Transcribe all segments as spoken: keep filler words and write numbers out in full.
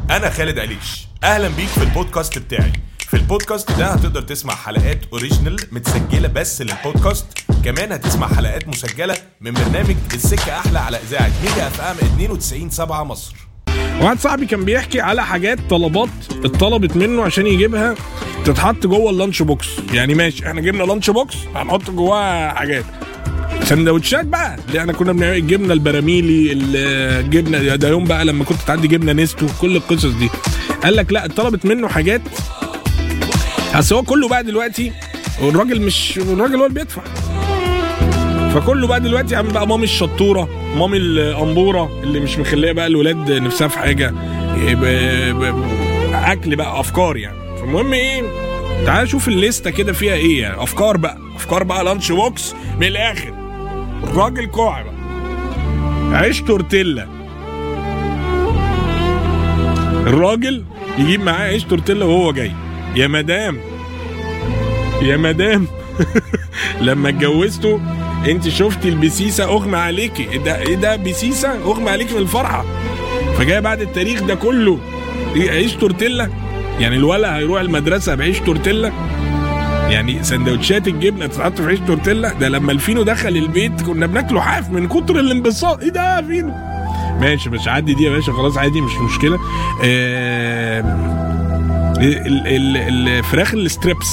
انا خالد عليش، اهلا بيك في البودكاست بتاعي. في البودكاست ده هتقدر تسمع حلقات اوريجينال متسجله بس للبودكاست، كمان هتسمع حلقات مسجله من برنامج السكه احلى على اذاعه ميجا اف ام اثنين وتسعين سبعة مصر. واحد صاحبي كان بيحكي على حاجات طلبات اتطلبت منه عشان يجيبها تتحط جوه اللانش بوكس. يعني ماشي، احنا جبنا لانش بوكس هنحط جواها حاجات سندوتشات بقى اللي احنا كنا بنعمل، جبنا البراميلي، الجبنه ده يوم بقى لما كنت تعدي جبنه نستو، كل القصص دي. قال لك لا، اتطلبت منه حاجات، بس هو كله بقى دلوقتي والراجل مش الراجل هو اللي بيدفع، فكله بقى دلوقتي عم بقى مامي الشطوره، مامي الامبوره اللي مش مخليه بقى الولاد نفسها في حاجه اكل بقى، افكار يعني. فالمهم ايه، تعال شوف الليسته كده فيها ايه يعني، افكار بقى افكار بقى لانش بوكس من الاخر. الراجل كوع بقى عيش تورتيلا، الراجل يجيب معاه عيش تورتيلا وهو جاي. يا مدام يا مدام لما اتجوزته انت شفتي البسيسه اغمى عليكي، ايه ده ايه ده بسيسه اغمى عليكي من الفرحه، فجاي بعد التاريخ ده كله عيش تورتيلا. يعني الولا هيروح المدرسه بعيش تورتيلا؟ يعني سندوتشات الجبنه تتحط في عيش تورتيلا؟ ده لما الفينو دخل البيت كنا بناكله حاف من كتر الانبساط. ايه ده فينو؟ ماشي مش عادي دي يا باشا، خلاص عادي مش مشكله. آه الفراخ الستريبس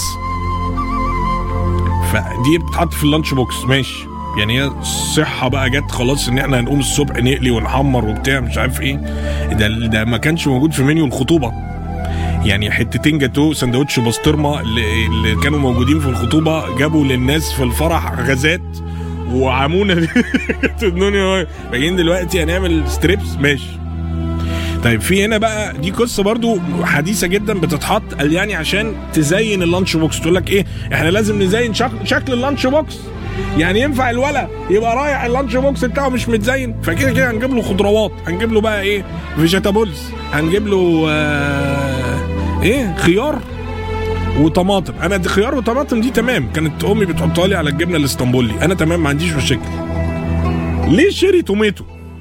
فدي بتتحط في اللانش بوكس، ماشي يعني هي صحه بقى جت خلاص ان احنا هنقوم الصبح نقلي ونحمر وبتاع مش عارف ايه. ده ده ما كانش موجود في منيو الخطوبه. يعني حتتين جاتو سندوتش بسطرمه اللي, اللي كانوا موجودين في الخطوبه جابوا للناس في الفرح غازات وعمونا الدنيا. باجين دلوقتي هنعمل ستريبس، ماشي. طيب في هنا بقى دي قصه برضو حديثه جدا بتتحط يعني عشان تزين اللانش بوكس. تقول لك ايه، احنا لازم نزين شكل, شكل اللانش بوكس. يعني ينفع الولا يبقى رايح اللانش بوكس بتاعه مش متزين؟ فكده كده هنجيب له خضروات، هنجيب له بقى ايه، فيجيتابلز، هنجيب له آه ايه خيار وطماطم. انا دي خيار وطماطم دي تمام، كانت امي بتحطها لي على الجبنه الاسطنبولي، انا تمام ما عنديش مشاكل. ليه شيري توميتو؟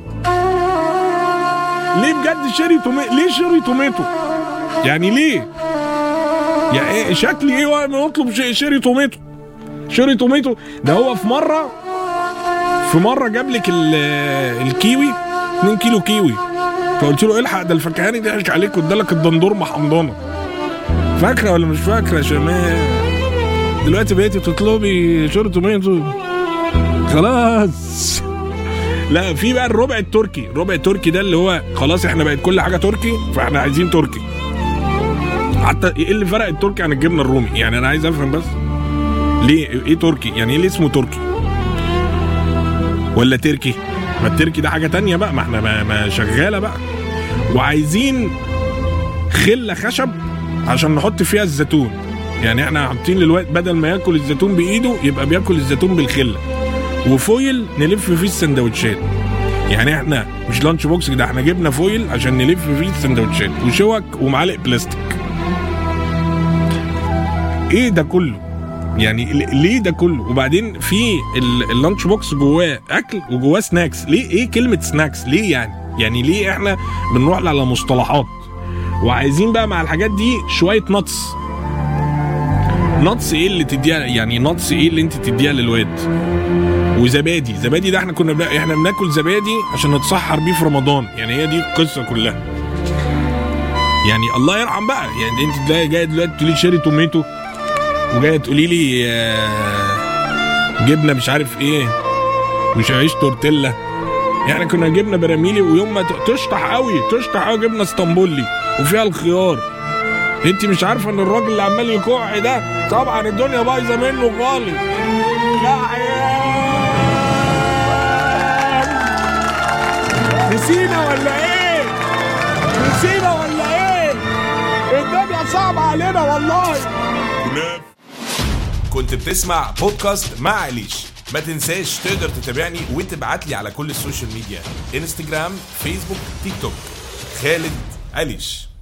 ليه بجد شيري توميتو؟ ليه شيري توميتو؟ يعني ليه؟ يعني ايه شكلي ايه وانا نطلب شيري توميتو؟ شيري توميتو ده هو في مره في مره جاب لك الكيوي اتنين كيلو كيوي، فقلت له الحق ده الفكهاني ضحك عليك وادالك الدندورمه حمضانه. فاكره ولا مش فاكره يا شمال؟ دلوقتي بقيتي تطلبي شيري توميتو خلاص. لا في بقى الربع التركي، الربع التركي ده اللي هو خلاص احنا بقت كل حاجه تركي فاحنا عايزين تركي. حتى ايه اللي فرق التركي عن الجبنه الرومي؟ يعني انا عايز افهم بس ليه ايه تركي؟ يعني ايه اللي اسمه تركي ولا تركي؟ ما التركي ده حاجه تانية بقى، ما احنا ما, ما شغاله بقى. وعايزين خله خشب عشان نحط فيها الزيتون. يعني احنا حاطين للوقت بدل ما ياكل الزيتون بايده يبقى بياكل الزيتون بالخله، وفويل نلف فيه السندوتشات. يعني احنا مش لانش بوكس ده، احنا جبنا فويل عشان نلف فيه السندوتشات، وشوك ومعالق بلاستيك. ايه ده كله؟ يعني ليه ده كله؟ وبعدين في اللانش بوكس جواه اكل وجواه سناكس. ليه ايه كلمه سناكس؟ ليه يعني يعني ليه احنا بنروح على مصطلحات؟ وعايزين بقى مع الحاجات دي شويه نتس. نتس ايه اللي تديها؟ يعني نتس ايه اللي انت تديها للواد؟ وزبادي، زبادي ده احنا كنا بنا... احنا بناكل زبادي عشان نتسحر بيه في رمضان. يعني هي دي القصه كلها. يعني الله يرحم بقى. يعني انت جايه دلوقتي تقولي شيري توميتو وجايه تقولي لي آه جبنه مش عارف ايه مش عيش تورتيلا. يعني كنا جبنا براميلي ويوم ما تشطح قوي تشطح قوي جبنه اسطنبولي وفيها الخيار. انت مش عارفه ان الراجل اللي عمال يكوع ده طبعا الدنيا بايظه منه خالص. لا نسينا ولا ايه؟ نسينا ولا ايه؟ الدنيا صعبه علينا والله. كنت بتسمع بودكاست مع عليش. ما تنساش تقدر تتابعني وتبعت لي على كل السوشيال ميديا، انستجرام، فيسبوك، تيك توك، خالد عليش.